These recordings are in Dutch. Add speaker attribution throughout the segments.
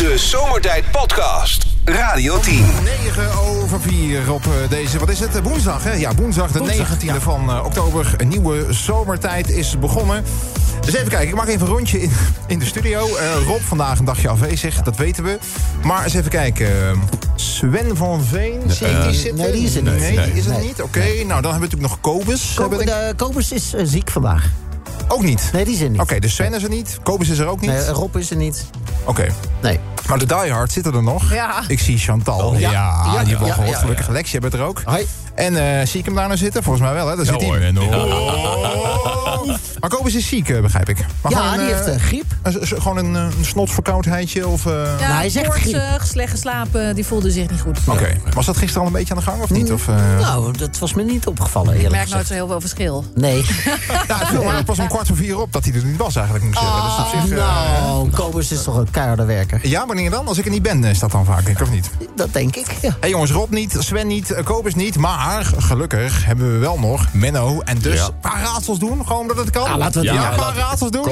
Speaker 1: De Zomertijd Podcast. Radio 10.
Speaker 2: 9:04 op deze, wat is het, woensdag hè? Ja, woensdag de 19e van oktober. Een nieuwe Zomertijd is begonnen. Dus even kijken, ik maak even een rondje in de studio. Rob, vandaag een dagje afwezig, dat weten we. Maar eens even kijken. Sven van Veen, zie ik die zitten?
Speaker 3: Nee, die is er niet.
Speaker 2: Nee, die is er niet? Oké, nou dan hebben we natuurlijk nog Kobus.
Speaker 3: Kobus is ziek vandaag.
Speaker 2: Ook niet?
Speaker 3: Nee, die is er niet.
Speaker 2: Oké, dus Sven is er niet. Kobus is er ook niet?
Speaker 3: Nee, Rob is er niet.
Speaker 2: Oké.
Speaker 3: Nee.
Speaker 2: Maar de diehard zitten er nog.
Speaker 4: Ja.
Speaker 2: Ik zie Chantal.
Speaker 3: Oh,
Speaker 2: ja, die hebben we al gehoord.
Speaker 3: ja.
Speaker 2: Gelukkig. Lex, je bent er ook.
Speaker 3: Hoi.
Speaker 2: En zie ik hem daar nou zitten? Volgens mij wel, hè? Daar zit hij. Maar Kobus is ziek, begrijp ik. Maar
Speaker 3: Ja, die heeft griep.
Speaker 2: Gewoon een snotsverkoudheidje? Of,
Speaker 4: Ja,
Speaker 3: Nou, hij zegt
Speaker 4: koortsig, slecht geslapen, die voelde zich niet goed.
Speaker 2: Oké. Was dat gisteren al een beetje aan de gang, of niet? Of,
Speaker 3: Nou, dat was me niet opgevallen,
Speaker 4: Ik
Speaker 3: eerlijk
Speaker 4: merk nooit
Speaker 3: gezegd.
Speaker 4: zo heel veel verschil.
Speaker 3: Nee.
Speaker 2: Ja, het viel maar pas om 3:45 op dat hij er niet was, eigenlijk, moet ik zeggen. Dus op zich,
Speaker 3: Nou, Kobus is toch een keiharde werker?
Speaker 2: ja, wanneer dan? Als ik er niet ben, is dat dan vaak, denk ik, of niet?
Speaker 3: Dat denk ik, ja.
Speaker 2: Hé jongens, Rob niet, Sven niet, Kobus niet. Maar gelukkig hebben we wel nog Menno. En dus een paar raadsels doen, gewoon omdat het kan.
Speaker 3: Ja, laten we het doen.
Speaker 2: een paar raadsels doen.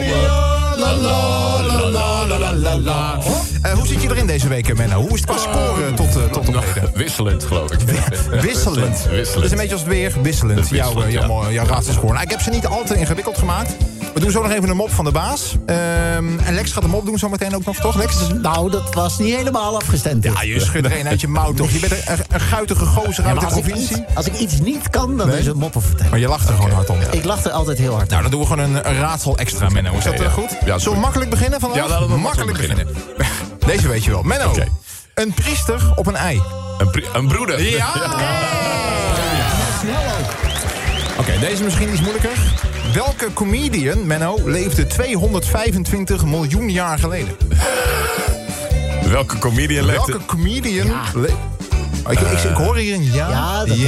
Speaker 2: Hoe zit je erin deze week, Menno? Hoe is het qua scoren tot op heden?
Speaker 5: Wisselend, geloof ik.
Speaker 2: Wisselend. Het is een beetje als het weer. Wisselend. Jouw raadselscore. Nou, ik heb ze niet al te ingewikkeld gemaakt. We doen zo nog even een mop van de baas. En Lex gaat de mop doen zometeen ook nog, toch, Lex?
Speaker 3: Nou, dat was niet helemaal afgestemd.
Speaker 2: Ja, je schudt er een uit je mouw, toch? Je bent een guitige gozer uit de provincie.
Speaker 3: Als ik iets niet kan, dan
Speaker 2: Nee?
Speaker 3: is het moppen vertellen.
Speaker 2: Maar je lacht er gewoon hard om.
Speaker 3: Ik lach er altijd heel hard
Speaker 2: Nou, dan doen we gewoon een raadsel extra, Menno. Is dat
Speaker 5: ja.
Speaker 2: goed?
Speaker 5: Ja,
Speaker 2: Zullen we makkelijk beginnen vandaag?
Speaker 5: Ja, laten we
Speaker 2: makkelijk beginnen. Deze weet je wel. Menno,
Speaker 5: Oké.
Speaker 2: een priester op een ei.
Speaker 5: Een broeder.
Speaker 2: Ja! Oké, deze misschien iets moeilijker. Welke comedian, Menno, leefde 225 miljoen jaar geleden?
Speaker 5: Welke comedian leeft
Speaker 2: Welke comedian... Ik hoor hier een ja.
Speaker 3: Ja, dat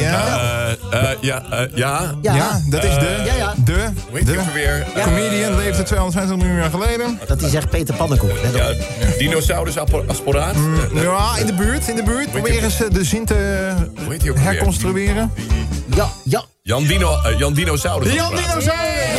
Speaker 2: Ja, dat is de
Speaker 5: Hoe heet die ook weer?
Speaker 2: comedian leefde 250 miljoen jaar geleden.
Speaker 3: Dat hij zegt Peter Pannenkoek. Net
Speaker 5: Ja,
Speaker 3: op.
Speaker 5: Dinosaurus asporaat.
Speaker 2: Ja, in de buurt. Probeer eens de zin te
Speaker 5: Hoe heet die ook weer?
Speaker 2: herconstrueren.
Speaker 3: Ja.
Speaker 5: Jan Dinosaurus.
Speaker 2: Jan Dinosaurus!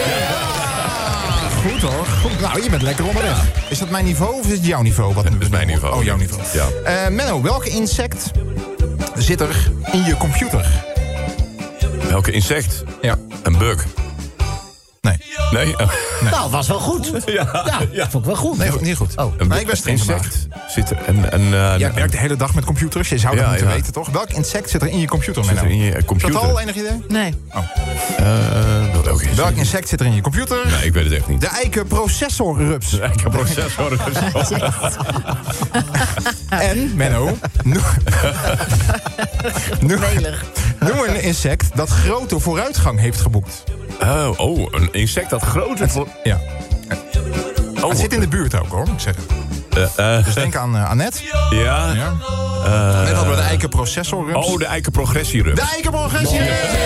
Speaker 2: Goed hoor. Goed. Nou, je bent lekker onderweg. Is dat mijn niveau of is het jouw niveau? Dat
Speaker 5: is mijn niveau.
Speaker 2: Oh, jouw niveau.
Speaker 5: Ja.
Speaker 2: Menno, welk insect zit er in je computer?
Speaker 5: Welke insect?
Speaker 2: Ja.
Speaker 5: Een bug.
Speaker 2: Nee.
Speaker 5: Nee?
Speaker 3: Nou, was wel goed. Ja, vond ik wel goed.
Speaker 2: Nee, niet goed.
Speaker 3: Oh.
Speaker 2: Nee, ik ben streng vandaag.
Speaker 5: insect zit er
Speaker 2: Jij werkt de hele dag met computers. Je zou dat moeten weten, toch? Welk insect zit er in je computer,
Speaker 5: Zit
Speaker 2: Menno?
Speaker 5: er in je
Speaker 2: Is
Speaker 5: computer?
Speaker 2: dat al enig idee?
Speaker 4: Nee.
Speaker 5: Welk
Speaker 2: Welk insect zit er in je computer?
Speaker 5: Nee, ik weet het echt niet.
Speaker 2: De eikenprocessorrups.
Speaker 5: Ik heb processor.
Speaker 2: En, Menno, noem een insect dat grote vooruitgang heeft geboekt.
Speaker 5: Oh, een insect dat groter voor...
Speaker 2: Ja.
Speaker 5: Oh,
Speaker 2: Het zit in de buurt ook, hoor, moet ik zeggen. Dus denk aan Annette.
Speaker 5: Ja.
Speaker 2: Ja. Net hadden we de eikenprocessorrups.
Speaker 5: Oh, de eikenprogressierups.
Speaker 2: De eikenprogressie!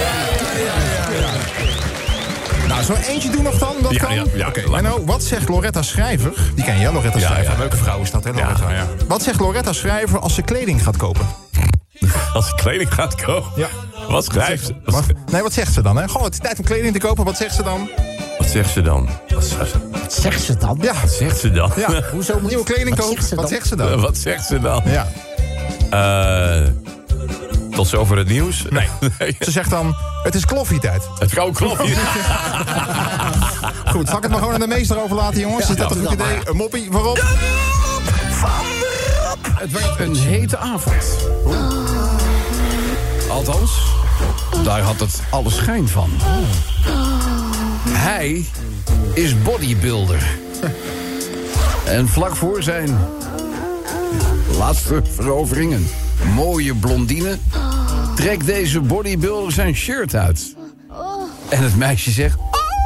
Speaker 2: Nou, zo eentje doen nog dan? Dat kan?
Speaker 5: Ja,
Speaker 2: Oké,
Speaker 5: laat
Speaker 2: Menno, wat zegt Loretta Schrijver? Die ken je, hè, Loretta Schrijver.
Speaker 5: ja.
Speaker 2: Leuke vrouw is dat, hè, Loretta?
Speaker 5: Ja.
Speaker 2: Wat zegt Loretta Schrijver als ze kleding gaat kopen?
Speaker 5: Als de kleding gaat komen.
Speaker 2: Ja.
Speaker 5: Wat schrijft ze?
Speaker 2: Wat zegt ze dan, hè? Gewoon, het is tijd om kleding te kopen. Wat zegt ze dan?
Speaker 5: Wat zegt ze dan?
Speaker 3: Wat zegt ze dan?
Speaker 2: Ja.
Speaker 5: Wat zegt ze dan?
Speaker 2: Ja.
Speaker 3: Hoezo moet
Speaker 2: Nieuwe kleding
Speaker 3: Wat
Speaker 2: kopen.
Speaker 3: zegt ze
Speaker 2: Wat
Speaker 3: dan?
Speaker 2: zegt ze dan?
Speaker 5: Wat zegt ze dan?
Speaker 2: Ja.
Speaker 5: Tot zover het nieuws?
Speaker 2: Nee. Ze zegt dan, het is kloffietijd.
Speaker 5: Het gauw klopje.
Speaker 2: Goed, zal ik het maar gewoon aan de meester overlaten, jongens? Is dat een goed idee? Een moppie, waarop?
Speaker 6: Het werd een hete avond. Althans, daar had het alle schijn van. Hij is bodybuilder. En vlak voor zijn laatste verovering, een mooie blondine, trekt deze bodybuilder zijn shirt uit. En het meisje zegt...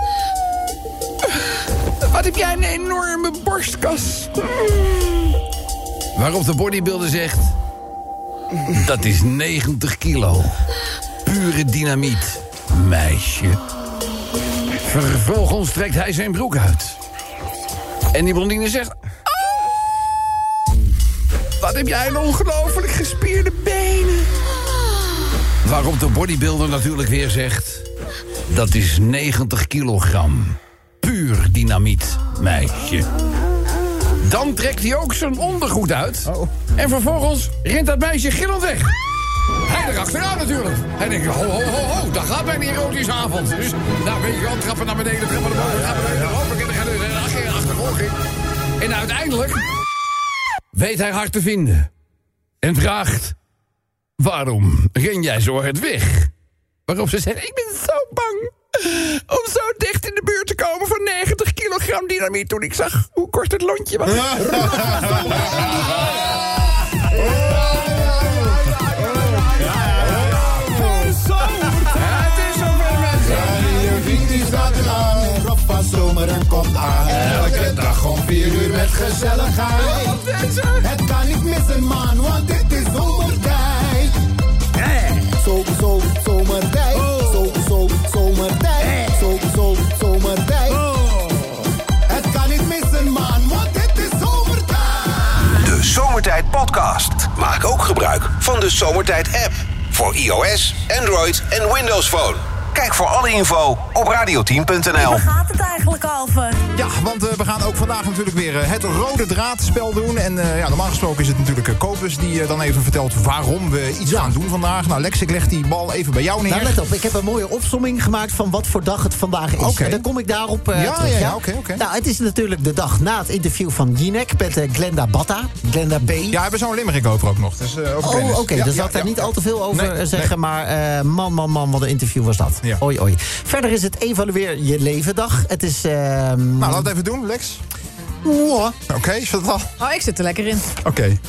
Speaker 6: Wat heb jij een enorme borstkas. Waarop de bodybuilder zegt... Dat is 90 kilo. Pure dynamiet, meisje. Vervolgens trekt hij zijn broek uit. En die blondine zegt... Wat heb jij een ongelooflijk gespierde benen. Waarop de bodybuilder natuurlijk weer zegt... Dat is 90 kilogram. Puur dynamiet, meisje. Dan trekt hij ook zijn ondergoed uit. En vervolgens rent dat meisje gillend weg. Hij erachteraan natuurlijk. Hij denkt, ho, daar gaat mijn erotische avond. Dus, nou weet je wel, trappen naar beneden, trappen naar boven, trappen naar beneden, achtervolging. En uiteindelijk weet hij haar te vinden. En vraagt, waarom ren jij zo hard weg? Waarop ze zegt, ik ben zo bang om zo dicht in de buurt te komen van 90 kilogram dynamiet toen ik zag hoe kort het lontje was.
Speaker 7: Zomer en komt aan. Elke dag om 4 uur met gezelligheid. Het kan niet missen, man, want dit is zomertijd. Zomertijd. Zomertijd. Zomertijd. Het kan niet missen, man, want dit is zomertijd.
Speaker 1: De Zomertijd Podcast. Maak ook gebruik van de Zomertijd app. Voor iOS, Android en Windows Phone. Kijk voor alle info op radioteam.nl.
Speaker 8: Waar gaat het eigenlijk over?
Speaker 2: Ja, want we gaan ook vandaag natuurlijk weer het rode draadspel doen. En normaal gesproken is het natuurlijk Kobus die dan even vertelt waarom we iets gaan doen vandaag. Nou, Lex, ik leg die bal even bij jou neer.
Speaker 3: Nou, let op, ik heb een mooie opsomming gemaakt van wat voor dag het vandaag is.
Speaker 2: Okay.
Speaker 3: En dan kom ik daarop terug.
Speaker 2: Ja, oké.
Speaker 3: Nou, het is natuurlijk de dag na het interview van Jinek met Glenda Glenda B.
Speaker 2: Ja, we hebben zo'n limerick over ook nog. Dus,
Speaker 3: oké. Dan zal ik daar niet al te veel over zeggen. Maar man, wat een interview was dat.
Speaker 2: Ja.
Speaker 3: Oei. Verder is het evalueer je leven dag. Het is...
Speaker 2: Nou, laat het even doen, Lex. Oké, is dat al?
Speaker 4: Oh, ik zit er lekker in.
Speaker 2: Oké.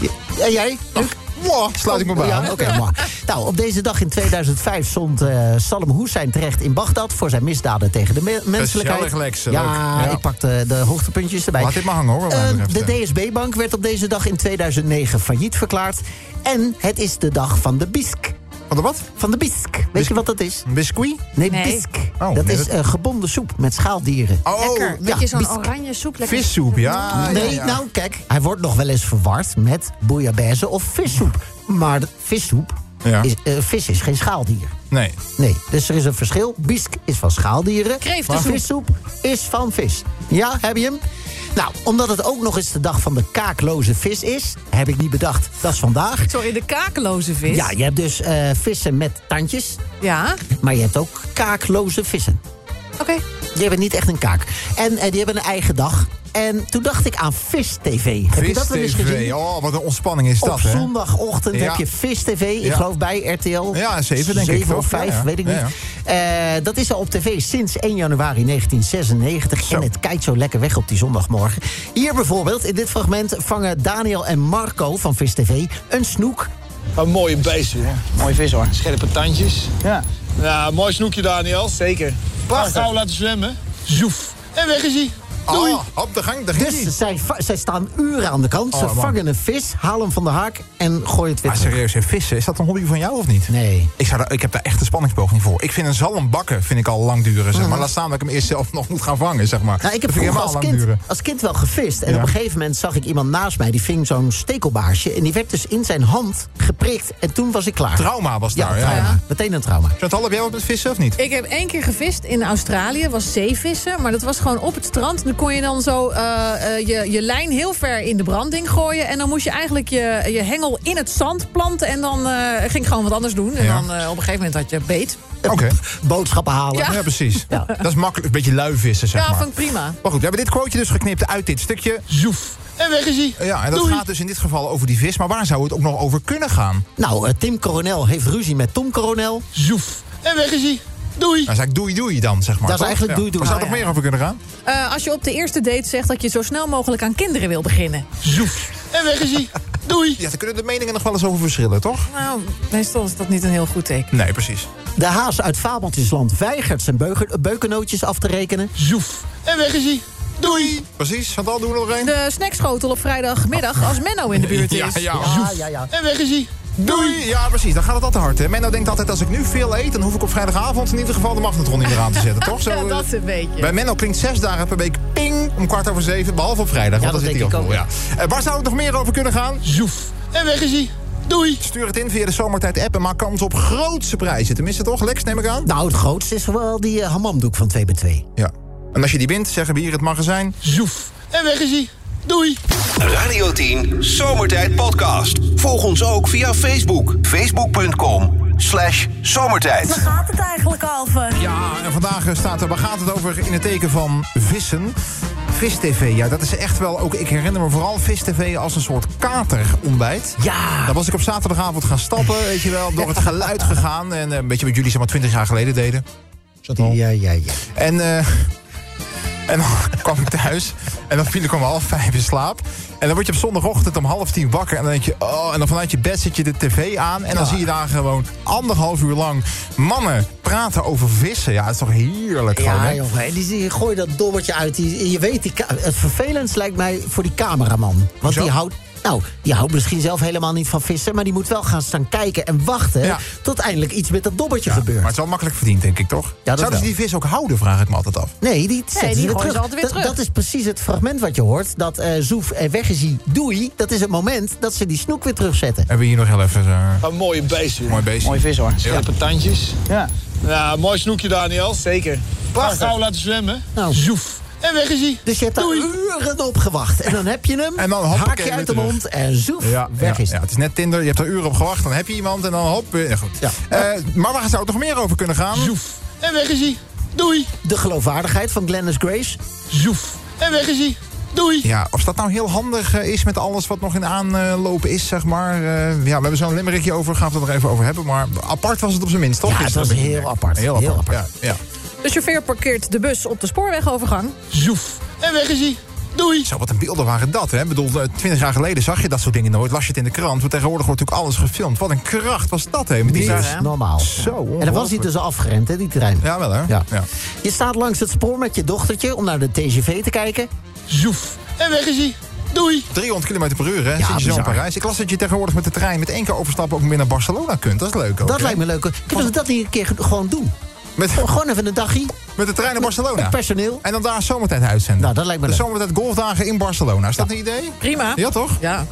Speaker 3: En jij?
Speaker 2: Sluit ik me bij aan.
Speaker 3: Ja, oké. Nou, op deze dag in 2005 stond Saddam Hussein terecht in Bagdad voor zijn misdaden tegen de menselijkheid.
Speaker 2: Gezellig, Lex.
Speaker 3: Ja, ik pak de hoogtepuntjes erbij.
Speaker 2: Laat dit maar hangen, hoor.
Speaker 3: De DSB-bank werd op deze dag in 2009 failliet verklaard. En het is de dag van de bisk.
Speaker 2: Van de wat?
Speaker 3: Van de bisk. Weet je wat dat is?
Speaker 2: Een biscuit?
Speaker 3: Nee, bisk.
Speaker 2: Oh,
Speaker 3: dat is gebonden soep met schaaldieren.
Speaker 4: Lekker. Beetje zo'n
Speaker 3: bisk.
Speaker 4: oranje soep. Lekker.
Speaker 2: Vissoep, ja.
Speaker 3: Nee, nou kijk, hij wordt nog wel eens verward met bouillabaisse of vissoep. Maar vissoep, vis is geen schaaldier.
Speaker 2: Nee.
Speaker 3: Dus er is een verschil. Bisk is van schaaldieren.
Speaker 4: Kreeftensoep.
Speaker 3: Maar vissoep is van vis. Ja, heb je hem? Nou, omdat het ook nog eens de dag van de kaakloze vis is, heb ik niet bedacht. Dat is vandaag.
Speaker 4: Sorry, de kakeloze vis?
Speaker 3: Ja, je hebt dus vissen met tandjes.
Speaker 4: Ja.
Speaker 3: Maar je hebt ook kaakloze vissen.
Speaker 4: Oké.
Speaker 3: Die hebben niet echt een kaak. En die hebben een eigen dag. En toen dacht ik aan Vis TV. Heb je dat wel eens gezien?
Speaker 2: Oh, wat een ontspanning is dat,
Speaker 3: Op zondagochtend heb je Vis TV. Ik geloof bij RTL.
Speaker 2: Ja, 7 denk ik.
Speaker 3: 7 of 5, weet ik niet. Dat is al op tv sinds 1 januari 1996. Zo. En het kijkt zo lekker weg op die zondagmorgen. Hier bijvoorbeeld, in dit fragment, vangen Daniel en Marco van Vis TV een snoek.
Speaker 9: Een mooie beest, hoor.
Speaker 3: Mooie vis, hoor.
Speaker 9: Scherpe tandjes.
Speaker 3: Ja.
Speaker 9: Ja, mooi snoekje, Daniel.
Speaker 3: Zeker.
Speaker 9: Prachtig. Gauw laten zwemmen. Zoef. En weg is hij. Doei.
Speaker 2: Op de gang,
Speaker 3: Dus zij staan uren aan de kant. Ze vangen een vis, halen hem van de haak en gooien het weer terug.
Speaker 2: Maar serieus, vissen, is dat een hobby van jou of niet?
Speaker 3: Nee.
Speaker 2: Ik heb daar echt een spanningsboog niet voor. Ik vind een zalm bakken vind ik al lang duren, zeg maar. Laat staan dat ik hem eerst zelf nog moet gaan vangen, zeg maar.
Speaker 3: Nou, ik heb vroeger als kind wel gevist. En op een gegeven moment zag ik iemand naast mij, die ving zo'n stekelbaarsje. En die werd dus in zijn hand geprikt. En toen was ik klaar.
Speaker 2: Trauma was daar,
Speaker 3: ja. Meteen een trauma.
Speaker 2: Chantal, heb jij wat met vissen of niet?
Speaker 4: Ik heb 1 keer gevist in Australië. Was zeevissen, maar dat was gewoon op het strand. Dan kon je dan zo je lijn heel ver in de branding gooien. En dan moest je eigenlijk je hengel in het zand planten. En dan ging ik gewoon wat anders doen. En dan op een gegeven moment had je beet.
Speaker 2: Oké.
Speaker 3: Boodschappen halen.
Speaker 2: Ja, precies. Ja. Dat is makkelijk. Een beetje lui vissen, zeg maar.
Speaker 4: Ja, vond ik prima.
Speaker 2: Maar goed, we hebben dit quoteje dus geknipt uit dit stukje.
Speaker 9: Zoef. En weg is hij.
Speaker 2: Ja, en dat gaat dus in dit geval over die vis. Maar waar zou het ook nog over kunnen gaan?
Speaker 3: Nou, Tim Coronel heeft ruzie met Tom Coronel.
Speaker 9: Zoef. En weg is hij. Doei.
Speaker 2: Dan zeg ik doei dan, zeg maar.
Speaker 3: Dat is eigenlijk doei.
Speaker 2: Waar zou het nog meer over kunnen gaan?
Speaker 4: Als je op de eerste date zegt dat je zo snel mogelijk aan kinderen wil beginnen.
Speaker 9: Zoef. En weg is hij. Doei.
Speaker 2: Ja, daar kunnen de meningen nog wel eens over verschillen, toch?
Speaker 4: Nou, meestal is dat niet een heel goed teken.
Speaker 2: Nee, precies.
Speaker 3: De haas uit Fabeltjesland weigert zijn beukennootjes af te rekenen.
Speaker 9: Zoef. En weg is hij. Doei.
Speaker 2: Precies, Chantal, doen we nog één.
Speaker 4: De snackschotel op vrijdagmiddag als Menno in de buurt is.
Speaker 3: Ja.
Speaker 9: En weg is hij.
Speaker 2: Doei! Ja, precies. Dan gaat het al te hard, hè. Menno denkt altijd, als ik nu veel eet, dan hoef ik op vrijdagavond in ieder geval de magnetron niet meer aan te zetten, toch? Zo,
Speaker 4: ja, dat is een beetje.
Speaker 2: Bij Menno klinkt 6 dagen per week ping om 7:15, behalve op vrijdag.
Speaker 3: Ja,
Speaker 2: want
Speaker 3: dat
Speaker 2: dan zit
Speaker 3: denk
Speaker 2: hij
Speaker 3: ik
Speaker 2: al vol. Ja. Waar zou het nog meer over kunnen gaan?
Speaker 9: Zoef. En weg is hij. Doei.
Speaker 2: Stuur het in via de Zomertijd-app en maak kans op grootste prijzen. Tenminste toch, Lex, neem ik aan?
Speaker 3: Nou, het grootste is wel die hammamdoek van 2x2.
Speaker 2: Ja. En als je die wint, zeggen we hier het magazijn.
Speaker 9: Zoef. En weg is hij. Doei.
Speaker 1: Radio 10 Zomertijd Podcast. Volg ons ook via Facebook. Facebook.com/zomertijd.
Speaker 8: Waar gaat het eigenlijk over?
Speaker 2: Ja, en vandaag staat er, waar gaat het over, in het teken van vissen? Vis-TV, ja, dat is echt wel, ook ik herinner me vooral Vis-TV als een soort katerontbijt.
Speaker 3: Ja.
Speaker 2: Dan was ik op zaterdagavond gaan stappen, weet je wel, door het geluid gegaan. En een beetje wat jullie zeg maar 20 jaar geleden deden.
Speaker 3: Ja.
Speaker 2: En dan kwam ik thuis en dan viel ik om 4:30 in slaap. En dan word je op zondagochtend om 9:30 wakker. En dan denk je, en dan vanuit je bed zet je de tv aan. En dan zie je daar gewoon 1,5 uur lang mannen praten over vissen. Ja, dat is toch heerlijk gewoon,
Speaker 3: Ja,
Speaker 2: hè?
Speaker 3: jongen. En die gooi dat dommertje uit. Je weet, het vervelendst lijkt mij voor die cameraman. Want die houdt misschien zelf helemaal niet van vissen. Maar die moet wel gaan staan kijken en wachten tot eindelijk iets met dat dobbertje gebeurt.
Speaker 2: Maar het is wel makkelijk verdiend, denk ik, toch? Zouden ze die vis ook houden, vraag ik me altijd af.
Speaker 3: Nee, die zetten
Speaker 4: die
Speaker 3: ze
Speaker 4: gooien ze altijd weer terug.
Speaker 3: Dat is precies het fragment wat je hoort. Dat Zoef weg is, doei. Dat is het moment dat ze die snoek weer terugzetten.
Speaker 2: Hebben we hier nog heel even...
Speaker 9: Een mooie beestje.
Speaker 2: Mooi beestje.
Speaker 10: Mooi vis hoor.
Speaker 9: Scherpe tandjes.
Speaker 10: Ja,
Speaker 9: Ja, mooi snoekje, Daniel.
Speaker 10: zeker.
Speaker 9: Prachtig. Gauw laten zwemmen.
Speaker 3: Nou.
Speaker 9: Zoef. En weg is hij.
Speaker 3: Dus je hebt daar uren op gewacht. En dan heb je hem,
Speaker 2: En dan hoppakee,
Speaker 3: haak je uit de
Speaker 2: weer terug.
Speaker 3: mond en zoef, weg is
Speaker 2: ja,
Speaker 3: het.
Speaker 2: het is net Tinder, je hebt er uren op gewacht, dan heb je iemand en dan hop. Ja, goed.
Speaker 3: Ja.
Speaker 2: Maar waar zou het nog meer over kunnen gaan?
Speaker 9: Zoef. En weg is hij. Doei.
Speaker 3: De geloofwaardigheid van Glennis Grace.
Speaker 9: Zoef. En weg is hij. Doei.
Speaker 2: Ja, of dat nou heel handig is met alles wat nog in aanloop is, zeg maar. We hebben zo'n limerickje over, gaan we het er nog even over hebben. Maar apart was het op zijn minst, toch?
Speaker 3: Ja, het was heel apart.
Speaker 2: Heel apart. Ja.
Speaker 4: De chauffeur parkeert de bus op de spoorwegovergang.
Speaker 9: Zoef. En weg is hij. Doei.
Speaker 2: Zo, wat een beelden waren dat, hè? Ik bedoel, 20 jaar geleden zag je dat soort dingen nooit. Las je het in de krant, want tegenwoordig wordt natuurlijk alles gefilmd. Wat een kracht was dat, hè? Met die
Speaker 3: Niet normaal.
Speaker 2: Zo,
Speaker 3: En dan was hij dus afgeremd, hè, die trein.
Speaker 2: Ja, wel, hè?
Speaker 3: Ja.
Speaker 2: Ja.
Speaker 3: Je staat langs het spoor met je dochtertje om naar de TGV te kijken.
Speaker 9: Zoef. En weg is hij. Doei.
Speaker 2: 300 km per uur, hè? Zit je zo in
Speaker 3: bizar.
Speaker 2: Parijs. Ik las dat je tegenwoordig met de trein met 1 keer overstappen ook weer naar Barcelona kunt. Dat is leuk ook,
Speaker 3: Dat
Speaker 2: hè?
Speaker 3: lijkt me leuk. Kunnen we dat niet een keer gewoon doen?
Speaker 2: Met,
Speaker 3: Gewoon even een dagje.
Speaker 2: met de trein naar Barcelona.
Speaker 3: Met personeel.
Speaker 2: En dan daar zomertijd uitzenden.
Speaker 3: Nou, dat lijkt me
Speaker 2: de
Speaker 3: leuk.
Speaker 2: zomertijd golfdagen in Barcelona. Is dat een idee?
Speaker 4: Prima.
Speaker 2: Ja, toch?
Speaker 4: Ja.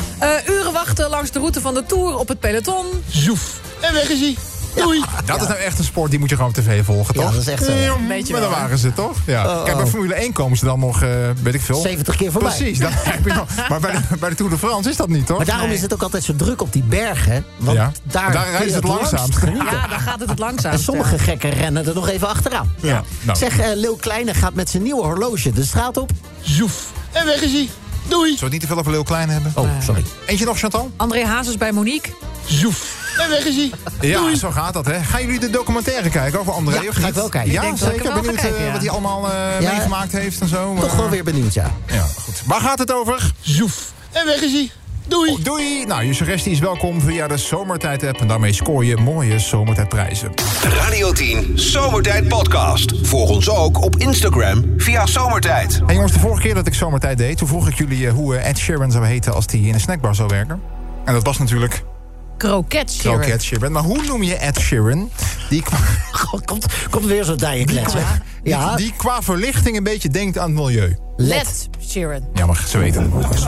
Speaker 4: Uren wachten langs de route van de Tour op het peloton.
Speaker 9: Zoef. En weg is hij. Doei.
Speaker 2: Dat is nou echt een sport, die moet je gewoon op tv volgen, toch?
Speaker 3: Ja, dat is echt zo.
Speaker 4: Weet je
Speaker 2: Maar
Speaker 4: wel,
Speaker 2: dan
Speaker 4: hè?
Speaker 2: waren ze, toch? Ja. Kijk, bij Formule 1 komen ze dan nog, weet ik veel.
Speaker 3: 70 keer voorbij.
Speaker 2: Precies, dan heb je nog. Maar bij de Tour de France is dat niet, toch?
Speaker 3: Maar daarom is het ook altijd zo druk op die bergen. Want
Speaker 2: Ja.
Speaker 3: daar
Speaker 2: rijden
Speaker 3: kun je
Speaker 2: ze het langzaamst.
Speaker 3: langst genieten.
Speaker 4: Ja, dan gaat het langzaam.
Speaker 3: En sommige gekken rennen er nog even achteraan.
Speaker 2: Ja. Nou.
Speaker 3: Zeg, Leeuw Kleine gaat met zijn nieuwe horloge de straat op.
Speaker 9: Zoef. En weg is hij. Doei.
Speaker 2: Zullen we het niet te veel over Leeuw Klein hebben?
Speaker 3: Oh, sorry.
Speaker 2: Eentje nog, Chantal?
Speaker 4: André Hazes bij Monique.
Speaker 9: Zoef. En weg is hij.
Speaker 2: Ja,
Speaker 9: Doei.
Speaker 2: zo gaat dat, hè. Gaan jullie de documentaire kijken over André?
Speaker 3: Ja,
Speaker 2: of
Speaker 3: ga
Speaker 2: niet?
Speaker 3: ik wel kijken.
Speaker 2: Ja,
Speaker 4: Ik denk dat ik
Speaker 2: zeker.
Speaker 4: hem wel ga
Speaker 2: Benieuwd
Speaker 4: kijken, ja.
Speaker 2: wat hij allemaal meegemaakt heeft en zo.
Speaker 3: Toch wel weer benieuwd, ja.
Speaker 2: Ja, goed. Waar gaat het over?
Speaker 9: Zoef. En weg is hij. Doei.
Speaker 2: Doei! Nou, je suggestie is welkom via de Zomertijd-app. En daarmee scoor je mooie Zomertijdprijzen.
Speaker 1: Radio 10 Zomertijd Podcast. Volg ons ook op Instagram via Zomertijd.
Speaker 2: Hey jongens, de vorige keer dat ik Zomertijd deed... toen vroeg ik jullie hoe Ed Sheeran zou heten als hij in een snackbar zou werken. En dat was natuurlijk
Speaker 4: Kroket Sheeran.
Speaker 2: Ed Sheeran. Maar hoe noem je Ed Sheeran? Die
Speaker 3: Komt weer zo'n dijenklets. Ja,
Speaker 2: die qua verlichting een beetje denkt aan het milieu.
Speaker 4: Led Sheeran.
Speaker 2: Ja, maar ze weten het nooit.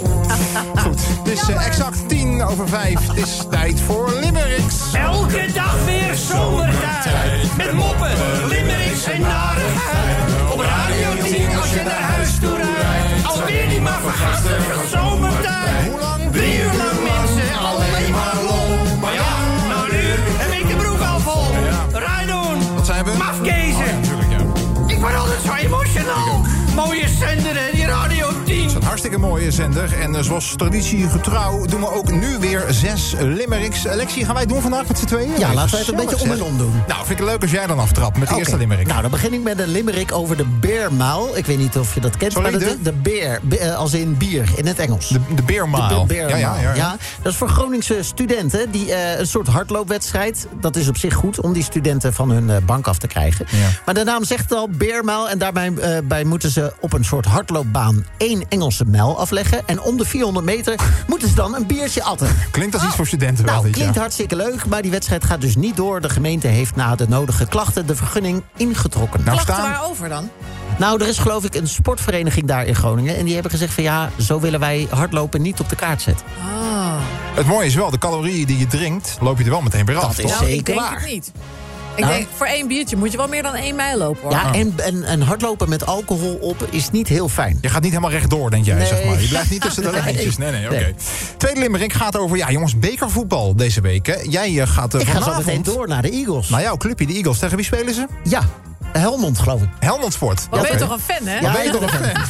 Speaker 2: Goed, het is exact 5:10. Het is tijd voor Limericks.
Speaker 11: Elke dag weer zomertijd. Met moppen, limmerings en narigheid. Op Radio 10 als je naar huis toe rijdt. Alweer niet maar vergasten van zomertijd.
Speaker 2: Hoe lang?
Speaker 11: 3 uur lang mensen, alleen maar lol. Maar ja, na een uur heb ik de broek al vol. Rijdoen,
Speaker 2: Wat zijn we?
Speaker 11: mafkezen.
Speaker 2: Natuurlijk, ja.
Speaker 11: Ik word altijd zo emotional. Mooie zender hè, die Radio 10.
Speaker 2: Een hartstikke mooie zender. En zoals traditiegetrouw doen we ook nu weer 6 limericks. Lexie, gaan wij het doen vandaag met z'n tweeën?
Speaker 3: Ja, laten wij het een beetje om en om doen.
Speaker 2: Nou, vind ik het leuk als jij dan aftrapt met de eerste
Speaker 3: Oké.
Speaker 2: limerick.
Speaker 3: Nou, dan begin ik met een limerick over de beermuil. Ik weet niet of je dat kent,
Speaker 2: Sorry,
Speaker 3: maar de beer, als in bier, in het Engels.
Speaker 2: De beermaal.
Speaker 3: De beermaal.
Speaker 2: Ja.
Speaker 3: Ja, dat is voor Groningse studenten die een soort hardloopwedstrijd. Dat is op zich goed om die studenten van hun bank af te krijgen.
Speaker 2: Ja.
Speaker 3: Maar de naam zegt al, beermaal. En daarbij bij moeten ze op een soort hardloopbaan 1 Engelse mijl afleggen. En om de 400 meter moeten ze dan een biertje atten.
Speaker 2: Klinkt als iets voor studenten wel,
Speaker 3: Nou,
Speaker 2: dit, ja.
Speaker 3: klinkt hartstikke leuk, maar die wedstrijd gaat dus niet door. De gemeente heeft na de nodige klachten de vergunning ingetrokken.
Speaker 2: Nou,
Speaker 4: Klachten
Speaker 2: staan...
Speaker 4: waarover dan?
Speaker 3: Nou, er is geloof ik een sportvereniging daar in Groningen. En die hebben gezegd van ja, zo willen wij hardlopen niet op de kaart zetten.
Speaker 2: Het mooie is wel, de calorieën die je drinkt, loop je er wel meteen weer af.
Speaker 3: Dat is
Speaker 2: toch?
Speaker 3: zeker
Speaker 4: Ik denk
Speaker 3: waar.
Speaker 4: het niet. Ik denk, voor 1 biertje moet je wel meer dan 1 mijl lopen, hoor.
Speaker 3: Ja, en hardlopen met alcohol op is niet heel fijn.
Speaker 2: Je gaat niet helemaal rechtdoor, denk jij, zeg maar. Je blijft niet tussen de lijntjes. Nee, oké.
Speaker 3: Nee.
Speaker 2: Tweede limerick gaat over, jongens, bekervoetbal deze week. Hè. Jij gaat
Speaker 3: Ik ga
Speaker 2: vanavond
Speaker 3: zo meteen door naar de Eagles.
Speaker 2: naar jouw clubje, de Eagles. Tegen wie spelen ze?
Speaker 3: Ja, Helmond, geloof ik.
Speaker 2: Helmond Sport.
Speaker 4: Wat ben je
Speaker 2: Oké.
Speaker 4: toch een fan, hè?
Speaker 3: Ja,
Speaker 2: Ben je toch een fan?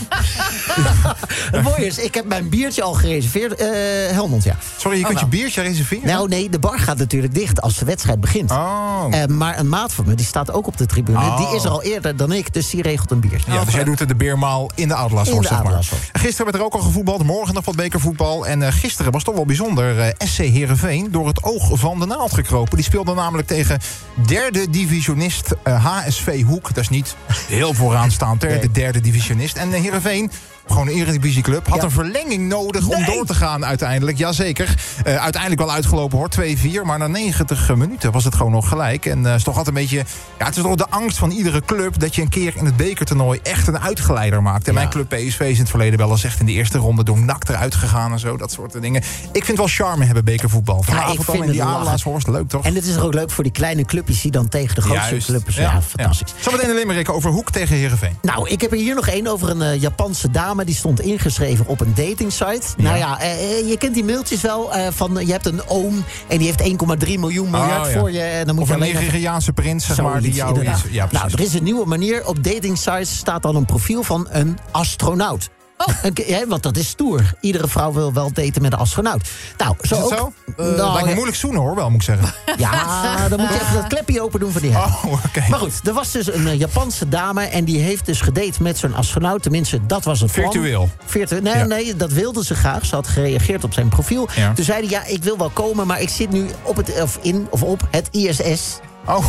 Speaker 3: Het mooie is, ik heb mijn biertje al gereserveerd. Helmond, ja.
Speaker 2: Sorry, je kunt je biertje reserveren?
Speaker 3: Nou nee, de bar gaat natuurlijk dicht als de wedstrijd begint.
Speaker 2: Oh.
Speaker 3: Maar een maat van me, die staat ook op de tribune.
Speaker 2: Oh.
Speaker 3: Die is er al eerder dan ik, dus die regelt een biertje.
Speaker 2: Ja, dus jij doet de beermaal in de Outlast,
Speaker 3: In de
Speaker 2: zeg maar.
Speaker 3: Outlast.
Speaker 2: Gisteren werd er ook al gevoetbald, morgen nog wat bekervoetbal. En gisteren was toch wel bijzonder. SC Heerenveen door het oog van de naald gekropen. Die speelde namelijk tegen derde divisionist HSV Hoek. Dat is niet heel vooraanstaand, de derde divisionist. En Heerenveen, gewoon een eredivisieclub, had een verlenging nodig om door te gaan uiteindelijk. Jazeker. Uiteindelijk wel uitgelopen hoor, 2-4. Maar na 90 minuten was het gewoon nog gelijk. En is toch altijd een beetje... Ja, het is toch de angst van iedere club dat je een keer in het bekertoernooi echt een uitgeleider maakt. En mijn club PSV is in het verleden wel eens echt in de eerste ronde door NAC eruit gegaan en zo. Dat soort dingen. Ik vind wel charme hebben bekervoetbal. Vanavond dan in die Adelaarshorst, leuk toch?
Speaker 3: En het is er ook leuk voor die kleine clubjes die dan tegen de grootste clubs... Ja, fantastisch.
Speaker 2: Zometeen een limerick over Hoek tegen Heerenveen.
Speaker 3: Nou, ik heb er hier nog één over een Japanse dame. Die stond ingeschreven op een datingsite. Nou ja, je kent die mailtjes wel. Van je hebt een oom en die heeft 1,3 miljard voor je. En dan moet
Speaker 2: of
Speaker 3: je
Speaker 2: een Nigeriaanse prins, zeg maar, die jou is. Ja, precies.
Speaker 3: Nou, er is een nieuwe manier. Op datingsites staat dan een profiel van een astronaut. Want dat is stoer. Iedere vrouw wil wel daten met een astronaut. Nou, zo
Speaker 2: is het
Speaker 3: ook.
Speaker 2: zo? Lijkt me moeilijk zoenen hoor, wel moet ik zeggen.
Speaker 3: Ja, dan moet je even dat klepje open doen van die
Speaker 2: Oh, oké.
Speaker 3: Maar goed, er was dus een Japanse dame en die heeft dus gedate met zo'n astronaut. Tenminste, dat was het plan.
Speaker 2: Virtueel?
Speaker 3: Nee, dat wilde ze graag. Ze had gereageerd op zijn profiel.
Speaker 2: Ja.
Speaker 3: Toen zei hij, ik wil wel komen, maar ik zit nu op het ISS.
Speaker 2: Oh.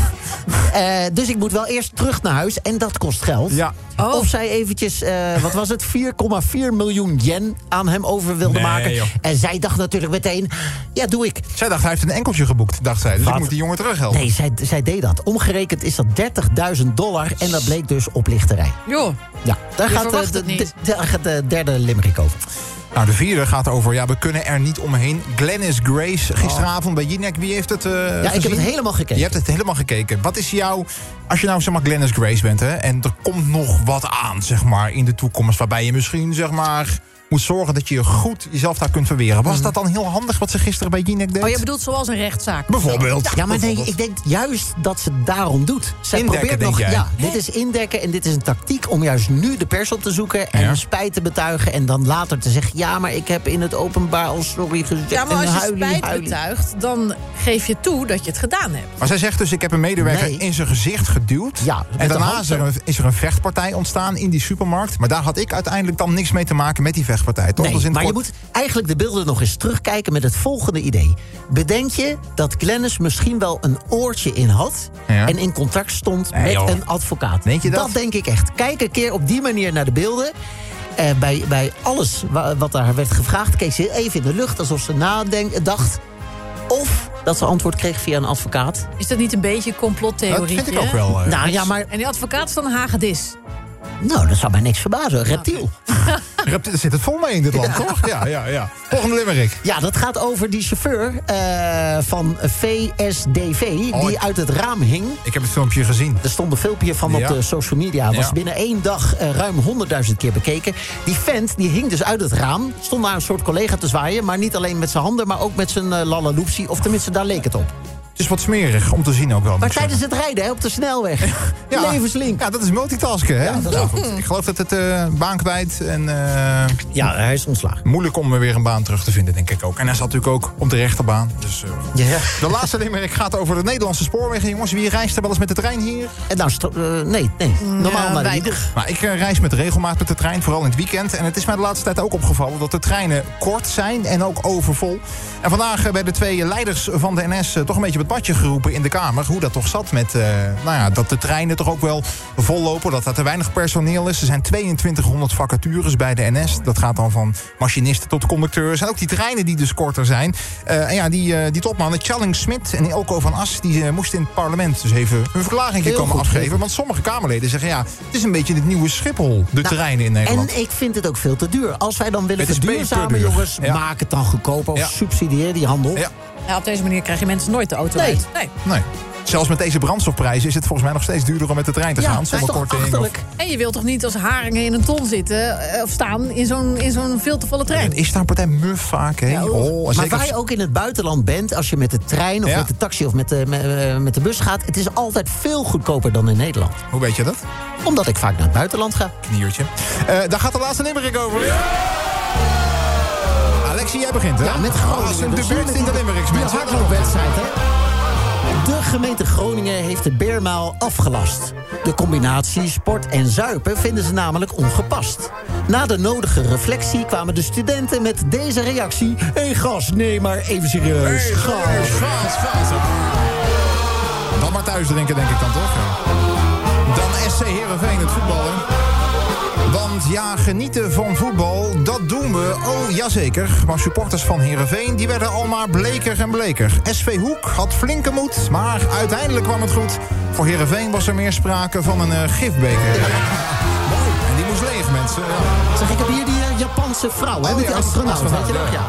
Speaker 3: Dus ik moet wel eerst terug naar huis en dat kost geld.
Speaker 2: Ja.
Speaker 3: Of zij eventjes, wat was het, 4,4 miljoen yen aan hem over wilde maken.
Speaker 2: Joh.
Speaker 3: En zij dacht natuurlijk meteen, ja, doe ik.
Speaker 2: Zij dacht, hij heeft een enkeltje geboekt, dacht zij. Dus ik moet die jongen terughelpen.
Speaker 3: Nee, zij deed dat. Omgerekend is dat $30.000 en dat bleek dus oplichterij.
Speaker 4: Joh,
Speaker 3: Ja, daar gaat de derde limerick over.
Speaker 2: Nou, de vierde gaat over, we kunnen er niet omheen. Glennis Grace, gisteravond bij Jinek. Wie heeft het gezien?
Speaker 3: Ik heb het helemaal gekeken.
Speaker 2: Je hebt het helemaal gekeken. Wat is jouw... Als je nou, zeg maar, Glennis Grace bent, hè, en er komt nog wat aan, zeg maar, in de toekomst, waarbij je misschien, zeg maar, moet zorgen dat je goed jezelf daar kunt verweren. Was dat dan heel handig wat ze gisteren bij Jinek deed?
Speaker 4: Oh, je bedoelt zoals een rechtszaak?
Speaker 2: Bijvoorbeeld.
Speaker 3: Ja, maar nee, ik denk juist dat ze het daarom doet. Zij
Speaker 2: Indekken,
Speaker 3: probeert
Speaker 2: denk
Speaker 3: nog,
Speaker 2: jij?
Speaker 3: ja, dit is indekken en dit is een tactiek om juist nu de pers op te zoeken en spijt te betuigen en dan later te zeggen, ja, maar ik heb in het openbaar al sorry gezegd.
Speaker 4: Ja, maar als je spijt
Speaker 3: huilie.
Speaker 4: betuigt, dan geef je toe dat je het gedaan hebt.
Speaker 2: Maar zij zegt dus, ik heb een medewerker in zijn gezicht geduwd.
Speaker 3: Ja,
Speaker 2: en daarna is er een vechtpartij ontstaan in die supermarkt. Maar daar had ik uiteindelijk dan niks mee te maken met die vechtpartij. Toch?
Speaker 3: Nee, maar je moet eigenlijk de beelden nog eens terugkijken met het volgende idee. Bedenk je dat Glennis misschien wel een oortje in had en in contact stond met een advocaat.
Speaker 2: Denk je dat?
Speaker 3: Dat denk ik echt. Kijk een keer op die manier naar de beelden. Bij alles wat daar werd gevraagd, keek ze even in de lucht alsof ze dacht. Of dat ze antwoord kreeg via een advocaat.
Speaker 4: Is dat niet een beetje complottheorie?
Speaker 2: Dat vind ik ook wel.
Speaker 3: Nou ja, maar...
Speaker 4: En die advocaat is dan een hagedis.
Speaker 3: Nou, dat zou mij niks verbazen. Reptiel.
Speaker 2: Daar zit het vol mee in dit land, toch? Ja. Volgende limerick.
Speaker 3: Ja, dat gaat over die chauffeur van VSDV die uit het raam hing.
Speaker 2: Ik heb het filmpje gezien.
Speaker 3: Er stond een filmpje van op de social media. Was binnen 1 dag ruim 100.000 keer bekeken. Die vent die hing dus uit het raam. Stond naar een soort collega te zwaaien. Maar niet alleen met zijn handen, maar ook met zijn lalaloopsie. Of tenminste, daar leek het op.
Speaker 2: Het is wat smerig om te zien ook wel.
Speaker 3: Maar tijdens het rijden op de snelweg. Levenslink.
Speaker 2: Ja, dat is multitasken. Hè?
Speaker 3: Ja, dat is
Speaker 2: goed. Ik geloof dat het baan kwijt. En,
Speaker 3: ja, hij is ontslagen.
Speaker 2: Moeilijk om weer een baan terug te vinden, denk ik ook. En hij zat natuurlijk ook op de rechterbaan. Dus, De laatste limerick gaat over de Nederlandse spoorwegen. Jongens, wie reist er wel eens met de trein hier?
Speaker 3: Nee. Normaal maar weinig.
Speaker 2: Maar ik reis met regelmaat met de trein, vooral in het weekend. En het is mij de laatste tijd ook opgevallen dat de treinen kort zijn en ook overvol. En vandaag werden 2 leiders van de NS toch een beetje op het badje geroepen in de Kamer. Hoe dat toch zat met dat de treinen toch ook wel vollopen. Dat er te weinig personeel is. Er zijn 2200 vacatures bij de NS. Dat gaat dan van machinisten tot conducteurs. En ook die treinen die dus korter zijn. Die topmannen, Tjalling Smit en Elko van As, die moesten in het parlement dus even hun verklaring komen afgeven. Want sommige Kamerleden zeggen, het is een beetje het nieuwe Schiphol, de treinen in Nederland.
Speaker 3: En ik vind het ook veel te duur. Als wij dan willen verduurzamen, jongens, maak het dan goedkoper of subsidieer die handel.
Speaker 2: Ja.
Speaker 4: Ja, op deze manier krijg je mensen nooit de auto uit.
Speaker 2: Nee. Zelfs met deze brandstofprijzen is het volgens mij nog steeds duurder om met de trein te gaan.
Speaker 3: dat is toch
Speaker 2: korting.
Speaker 3: achterlijk.
Speaker 4: En je wilt toch niet als haringen in een ton zitten of staan in zo'n veel te volle trein?
Speaker 2: En is daar een partij muf vaak, hè?
Speaker 3: Ja, maar waar je ook in het buitenland bent, als je met de trein of met de taxi of met de bus gaat, het is altijd veel goedkoper dan in Nederland.
Speaker 2: Hoe weet je dat?
Speaker 3: Omdat ik vaak naar het buitenland ga.
Speaker 2: Kniertje. Daar gaat de laatste limerick over. Ja! Alexie, jij begint, hè?
Speaker 3: Ja, met Groningen.
Speaker 2: Een debuut in de limericks, mensen.
Speaker 3: De hardloopwedstrijd, hè? De gemeente Groningen heeft de beermaal afgelast. De combinatie sport en zuipen vinden ze namelijk ongepast. Na de nodige reflectie kwamen de studenten met deze reactie. Hé gas, nee maar even serieus.
Speaker 2: Gas. Dan maar thuis drinken, denk ik dan toch? Dan SC Heerenveen, het voetballen. Want ja, genieten van voetbal, dat doen we. Oh, jazeker. Maar supporters van Heerenveen, die werden al maar bleker en bleker. SV Hoek had flinke moed, maar uiteindelijk kwam het goed. Voor Heerenveen was er meer sprake van een gifbeker. Ja. Mooi. En die moest leeg, mensen. Ja.
Speaker 3: Zeg, ik heb hier die Japanse vrouw, hè, met die astronaut. Weet je nog? Ja.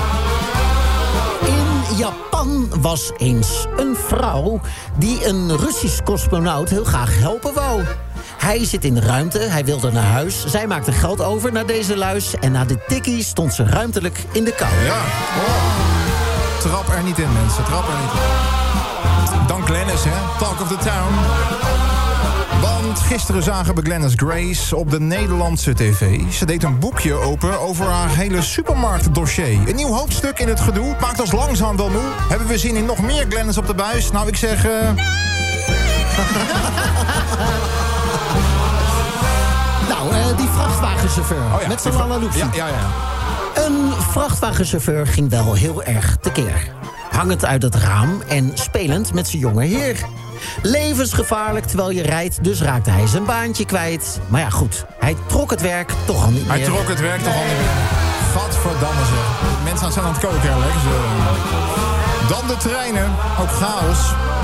Speaker 3: In Japan was eens een vrouw die een Russisch cosmonaut heel graag helpen wou. Hij zit in de ruimte, hij wilde naar huis. Zij maakte geld over naar deze luis. En na de tikkie stond ze ruimtelijk in de kou.
Speaker 2: Ja. Oh. Trap er niet in, mensen. Trap er niet in. Dan Glennis, hè. Talk of the town. Want gisteren zagen we Glennis Grace op de Nederlandse tv. Ze deed een boekje open over haar hele supermarktdossier. Een nieuw hoofdstuk in het gedoe. Het maakt ons langzaam wel moe. Hebben we zin in nog meer Glennis op de buis? Nou, ik zeg...
Speaker 3: Die vrachtwagenchauffeur met zijn lalaloopsie.
Speaker 2: Ja.
Speaker 3: Een vrachtwagenchauffeur ging wel heel erg tekeer. Hangend uit het raam en spelend met zijn jonge heer. Levensgevaarlijk terwijl je rijdt, dus raakte hij zijn baantje kwijt. Maar ja, goed, hij trok het werk toch al niet meer.
Speaker 2: Gadverdamme zeg. Mensen zijn aan het koken, Alex. Dan de treinen, ook chaos.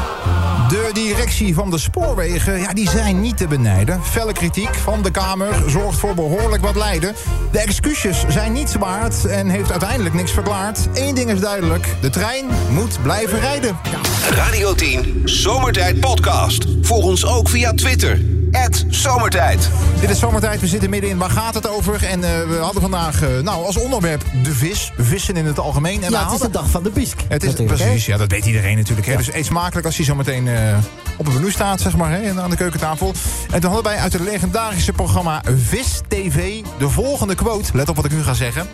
Speaker 2: De directie van de spoorwegen, ja, die zijn niet te benijden. Felle kritiek van de Kamer zorgt voor behoorlijk wat lijden. De excuses zijn niets waard en heeft uiteindelijk niks verklaard. Eén ding is duidelijk, de trein moet blijven rijden. Ja.
Speaker 1: Radio 10 Zomertijd Podcast. Volg ons ook via Twitter. @Zomertijd.
Speaker 2: Dit is Zomertijd, we zitten middenin. Waar gaat het over? En we hadden vandaag als onderwerp de vis. Vissen in het algemeen. En
Speaker 3: het is de dag van de bisk.
Speaker 2: Het is precies, ja, dat weet iedereen natuurlijk. Hè. Dus eet smakelijk als hij zo meteen op het menu staat, zeg maar, hè, aan de keukentafel. En toen hadden wij uit het legendarische programma Vis TV de volgende quote. Let op wat ik nu ga zeggen.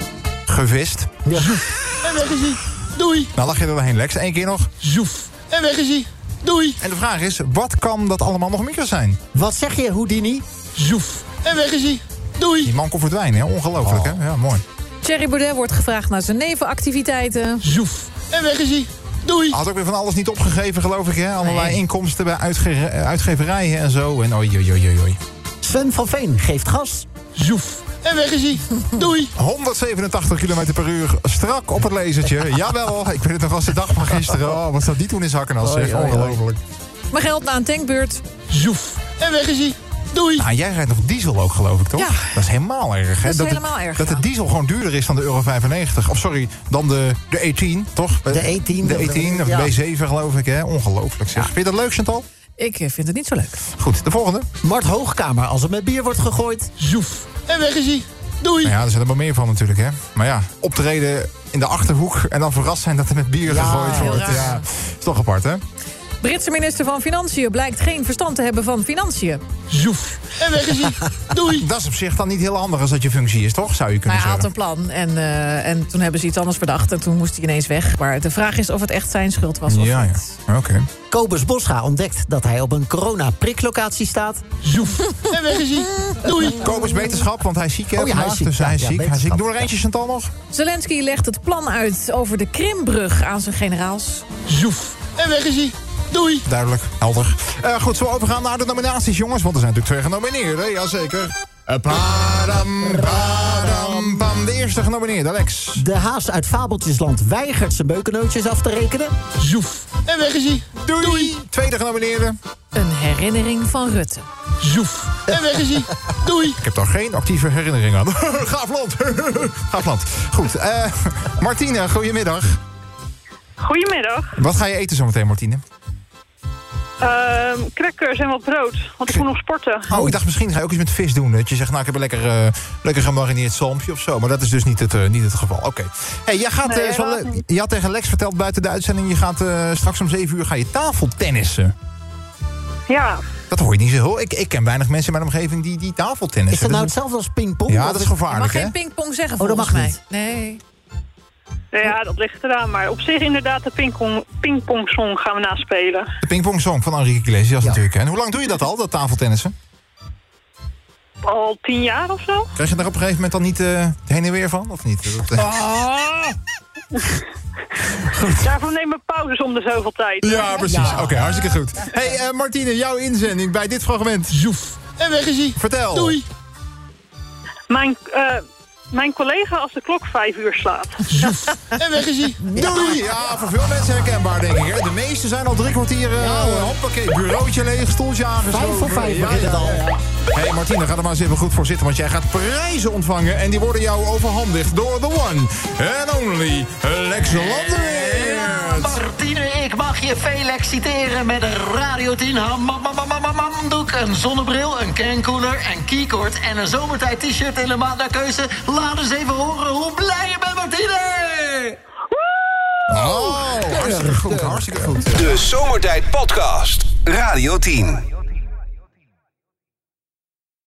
Speaker 2: Gevist.
Speaker 9: Ja. En weg is hij. Doei.
Speaker 2: Nou, lach je er doorheen, Lex. Eén keer nog.
Speaker 9: Zoef. En weg is hij. Doei.
Speaker 2: En de vraag is, wat kan dat allemaal nog meer zijn?
Speaker 3: Wat zeg je, Houdini?
Speaker 9: Zoef. En weg is hij. Doei.
Speaker 2: Die man kon verdwijnen, hè? Ongelooflijk, hè? Ja, mooi.
Speaker 4: Thierry Baudet wordt gevraagd naar zijn nevenactiviteiten.
Speaker 9: Zoef. En weg is hij. Doei.
Speaker 2: Had ook weer van alles niet opgegeven, geloof ik, hè? Allerlei inkomsten bij uitgeverijen en zo. En oei.
Speaker 3: Sven van Veen geeft gas.
Speaker 9: Zoef. En weg is hij. Doei.
Speaker 2: 187 km per uur, strak op het lasertje. Jawel, ik weet het nog als de dag van gisteren. Oh, wat zou die toen eens hakken als zeg. Ongelooflijk.
Speaker 4: Maar geld na een tankbeurt.
Speaker 9: Zoef. En weg is hij. Doei.
Speaker 2: Nou, jij rijdt nog diesel ook, geloof ik, toch?
Speaker 4: Ja.
Speaker 2: Dat is helemaal erg, hè?
Speaker 4: Dat is helemaal erg,
Speaker 2: Dat de diesel gewoon duurder is dan de Euro 95. Of sorry, dan de E10, toch?
Speaker 3: De E10.
Speaker 2: De E10, of de B7, geloof ik, hè? Ongelooflijk, zeg. Vind je dat leuk, Chantal?
Speaker 4: Ik vind het niet zo leuk.
Speaker 2: Goed, de volgende.
Speaker 3: Mart Hoogkamer als er met bier wordt gegooid.
Speaker 9: Zoef. En weg is hij. Doei.
Speaker 2: Nou ja, er zijn er wel meer van natuurlijk, hè. Maar ja, optreden in de Achterhoek en dan verrast zijn dat er met bier gegooid wordt. Ja, is toch apart, hè?
Speaker 4: Britse minister van Financiën blijkt geen verstand te hebben van financiën.
Speaker 9: Zoef. En weg is hij. Doei.
Speaker 2: Dat is op zich dan niet heel handig als dat je functie is, toch? Zou je kunnen
Speaker 4: zeggen. Hij
Speaker 2: zeggen.
Speaker 4: had een plan en toen hebben ze iets anders verdacht. En toen moest hij ineens weg. Maar de vraag is of het echt zijn schuld was of niet.
Speaker 2: Ja, oké.
Speaker 3: Kobus Boscha ontdekt dat hij op een corona-priklocatie staat.
Speaker 9: Zoef. En weg is hij. Doei.
Speaker 2: Kobus wetenschap, want hij is ziek, hè?
Speaker 3: Oh ja, hij is ziek.
Speaker 2: Dus hij is ziek.
Speaker 3: Ja,
Speaker 2: Hij is ziek. Doe er eentje, Chantal, nog.
Speaker 4: Zelensky legt het plan uit over de Krimbrug aan zijn generaals.
Speaker 9: Zoef. En weg is hij. Doei.
Speaker 2: Duidelijk, helder. Goed, zullen we overgaan naar de nominaties, jongens? Want er zijn natuurlijk 2 genomineerden, jazeker. De eerste genomineerde, Alex.
Speaker 3: De haas uit Fabeltjesland weigert zijn beukennootjes af te rekenen.
Speaker 9: Zoef. En weg is hij. Doei.
Speaker 2: Tweede genomineerde.
Speaker 4: Een herinnering van Rutte.
Speaker 9: Zoef. En weg is hij. Doei.
Speaker 2: Ik heb daar geen actieve herinnering aan. Gaaf land. Gaaf land. Goed, Martine, goedemiddag.
Speaker 10: Goedemiddag.
Speaker 2: Wat ga je eten zometeen, Martine?
Speaker 10: Crackers en wat brood, want ik moet nog sporten.
Speaker 2: Oh, ik dacht misschien ga je ook iets met vis doen. Dat je zegt, nou, ik heb een lekker gemarineerd zalmpje of zo. Maar dat is dus niet het geval. Oké. Hey, jij gaat, je had tegen Lex verteld buiten de uitzending... je gaat straks om 7 uur ga je tafeltennissen.
Speaker 10: Ja.
Speaker 2: Dat hoor je niet zo. Ik ken weinig mensen in mijn omgeving die tafeltennissen.
Speaker 3: Is dat nou hetzelfde als pingpong?
Speaker 2: Ja, dat is gevaarlijk,
Speaker 4: hè?
Speaker 2: Je
Speaker 4: mag geen pingpong zeggen,
Speaker 3: dat
Speaker 4: volgens
Speaker 3: mag
Speaker 4: mij.
Speaker 3: niet.
Speaker 4: Nee.
Speaker 10: Ja, dat ligt eraan. Maar op zich inderdaad de pingpongsong gaan we naspelen.
Speaker 2: De pingpongsong van Enrique Iglesias natuurlijk. En hoe lang doe je dat al, dat tafeltennissen?
Speaker 10: Al 10 jaar of zo.
Speaker 2: Krijg je daar op een gegeven moment dan niet heen en weer van? Of niet?
Speaker 10: Daarvoor nemen we pauzes om de zoveel tijd.
Speaker 2: Ja, precies. Ja. Oké, hartstikke goed. Hey, Martine, jouw inzending bij dit fragment.
Speaker 9: Zoef. En weg is hij.
Speaker 2: Vertel.
Speaker 9: Doei.
Speaker 10: Mijn collega als de klok 5 uur slaat.
Speaker 9: Zoef. En weg is hij.
Speaker 2: Doei. Ja, voor veel mensen herkenbaar, denk ik. Hè? De meeste zijn al 3 kwartier... hoppakee, bureautje leeg, stoeltje aangeschoven.
Speaker 3: 5 voor 5 begint het al.
Speaker 2: Hey Martine, ga er maar eens even goed voor zitten, want jij gaat prijzen ontvangen. En die worden jou overhandigd door the one and only Lex Landerweer.
Speaker 12: Martine, ik mag je Felix citeren met een Radio 10 handdoek, een zonnebril, een cancooler, een keycord en een zomertijd t-shirt in de maat naar keuze. Laat eens even horen hoe blij je bent, Martine!
Speaker 2: Oh, hartstikke goed, hartstikke goed.
Speaker 1: De Zomertijd Podcast, Radio 10.